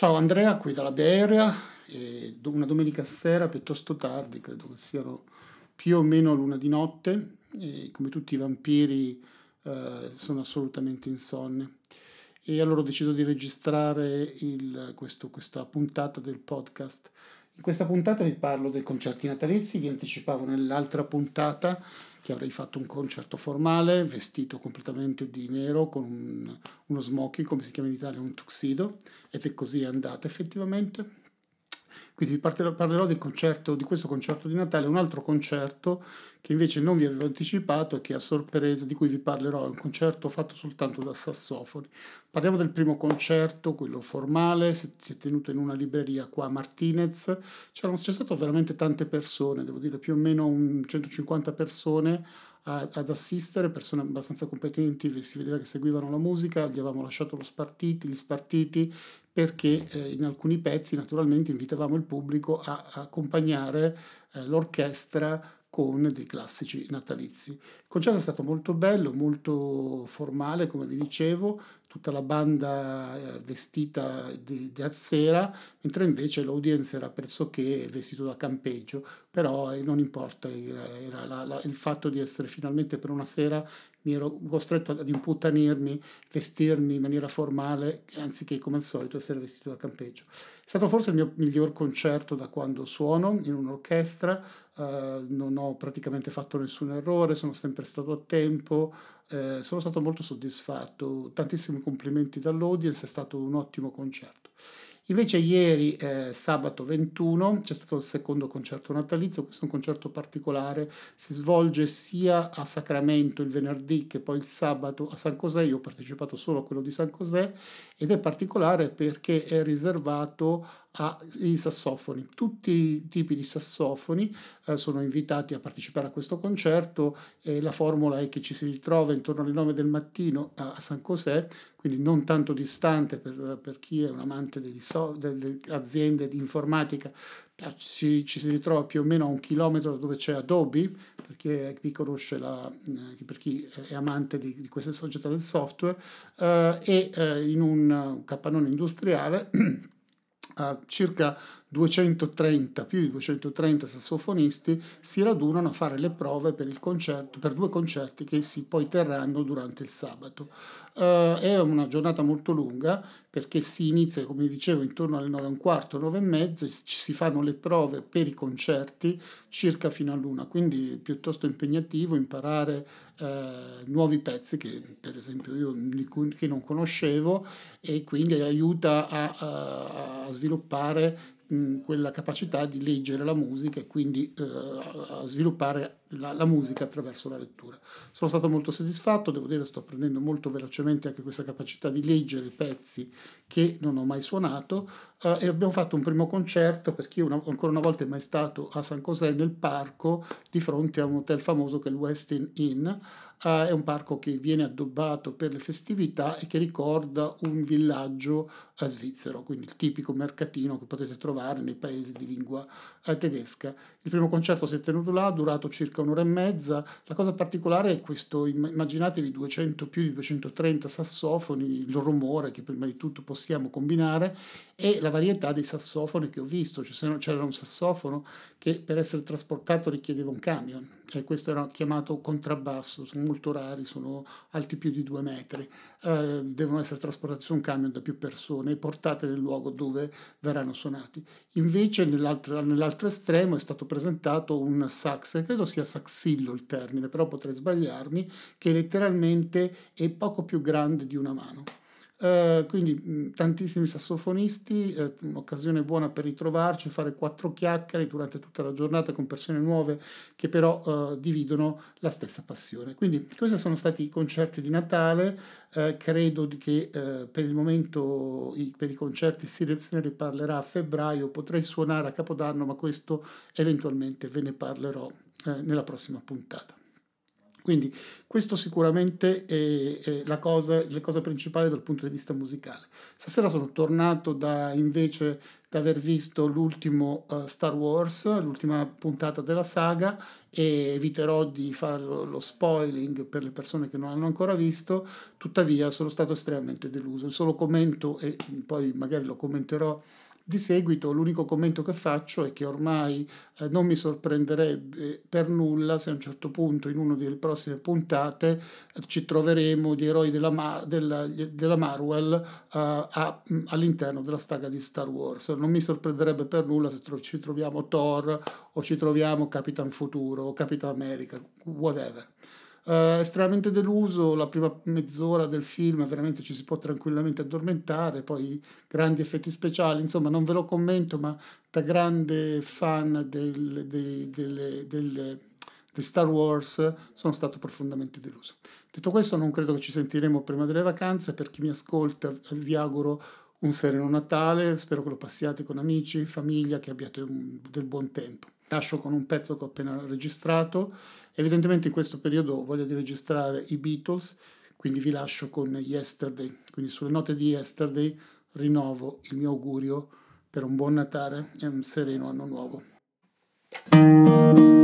Ciao Andrea, qui dalla Bay Area, una domenica sera piuttosto tardi, credo che siano più o meno l'una di notte, e come tutti i vampiri sono assolutamente insonne. E allora ho deciso di registrare questa puntata del podcast. In questa puntata vi parlo dei concerti natalizi, vi anticipavo nell'altra puntata che avrei fatto un concerto formale, vestito completamente di nero, con uno smoking, come si chiama in Italia, un tuxedo, ed è così andata effettivamente. Quindi parlerò del concerto, di questo concerto di Natale, un altro concerto che invece non vi avevo anticipato e che a sorpresa di cui vi parlerò, è un concerto fatto soltanto da sassofoni. Parliamo del primo concerto, quello formale, si è tenuto in una libreria qua a Martinez. C'è stato veramente tante persone, devo dire più o meno 150 persone ad assistere, persone abbastanza competenti, si vedeva che seguivano la musica, gli avevamo lasciato gli spartiti, perché in alcuni pezzi naturalmente invitavamo il pubblico a accompagnare l'orchestra con dei classici natalizi. Il concerto è stato molto bello, molto formale, come vi dicevo, tutta la banda vestita di sera, mentre invece l'audience era pressoché vestito da campeggio, però non importa, era il fatto di essere finalmente per una sera mi ero costretto ad imputanirmi, vestirmi in maniera formale, anziché come al solito essere vestito da campeggio. È stato forse il mio miglior concerto da quando suono in un'orchestra, non ho praticamente fatto nessun errore, sono sempre stato a tempo, sono stato molto soddisfatto, tantissimi complimenti dall'audience, è stato un ottimo concerto. Invece ieri, sabato 21, c'è stato il secondo concerto natalizio, questo è un concerto particolare, si svolge sia a Sacramento il venerdì che poi il sabato a San José, io ho partecipato solo a quello di San José, ed è particolare perché è riservato ai sassofoni. Tutti i tipi di sassofoni sono invitati a partecipare a questo concerto e la formula è che ci si ritrova intorno alle 9 del mattino a San José, quindi non tanto distante per chi è un amante delle aziende di informatica, ci si ritrova più o meno a 1 chilometro da dove c'è Adobe, chi conosce per chi è amante di queste società del software, e in un capannone industriale circa 230, più di 230 sassofonisti si radunano a fare le prove per il concerto, per due concerti che si poi terranno durante il sabato. È una giornata molto lunga perché si inizia, come dicevo, intorno alle 9 e un quarto, 9 e mezza, si fanno le prove per i concerti circa fino all'una, quindi piuttosto impegnativo imparare nuovi pezzi che per esempio che non conoscevo, e quindi aiuta a sviluppare quella capacità di leggere la musica e quindi a sviluppare la musica attraverso la lettura. Sono stato molto soddisfatto, devo dire, sto apprendendo molto velocemente anche questa capacità di leggere pezzi che non ho mai suonato, e abbiamo fatto un primo concerto per chi ancora una volta è mai stato a San José nel parco di fronte a un hotel famoso che è il Westin Inn. È un parco che viene addobbato per le festività e che ricorda un villaggio svizzero, quindi il tipico mercatino che potete trovare nei paesi di lingua tedesca. Il primo concerto si è tenuto là, durato circa un'ora e mezza. La cosa particolare è questo, immaginatevi 200, più di 230 sassofoni, il rumore che prima di tutto possiamo combinare e la varietà dei sassofoni che ho visto. C'era un sassofono che per essere trasportato richiedeva un camion, e questo era chiamato contrabbasso, sono molto rari, sono alti più di 2 metri, devono essere trasportati su un camion da più persone e portate nel luogo dove verranno suonati. Invece nell'altro estremo è stato presentato un sax, credo sia saxillo il termine, però potrei sbagliarmi, che letteralmente è poco più grande di una mano. Quindi tantissimi sassofonisti, un'occasione buona per ritrovarci, fare quattro chiacchiere durante tutta la giornata con persone nuove che però dividono la stessa passione. Quindi questi sono stati i concerti di Natale, credo che per il momento per i concerti se ne riparlerà a febbraio, potrei suonare a Capodanno, ma questo eventualmente ve ne parlerò nella prossima puntata. Quindi questo sicuramente è la cosa principale dal punto di vista musicale. Stasera sono tornato invece di aver visto l'ultimo Star Wars, l'ultima puntata della saga, e eviterò di fare lo spoiling per le persone che non hanno ancora visto. Tuttavia sono stato estremamente deluso. Il solo commento, e poi magari lo commenterò di seguito, l'unico commento che faccio è che ormai non mi sorprenderebbe per nulla se a un certo punto in una delle prossime puntate ci troveremo gli eroi della Marvel all'interno della saga di Star Wars. Non mi sorprenderebbe per nulla se ci troviamo Thor o ci troviamo Capitan Futuro o Capitan America, whatever. Estremamente deluso, la prima mezz'ora del film veramente ci si può tranquillamente addormentare, poi grandi effetti speciali, insomma non ve lo commento, ma da grande fan di Star Wars sono stato profondamente deluso. Detto questo, non credo che ci sentiremo prima delle vacanze. Per chi mi ascolta vi auguro un sereno Natale, spero che lo passiate con amici, famiglia, che abbiate del buon tempo. Lascio con un pezzo che ho appena registrato. Evidentemente in questo periodo voglio di registrare i Beatles, quindi vi lascio con Yesterday. Quindi sulle note di Yesterday rinnovo il mio augurio per un buon Natale e un sereno anno nuovo.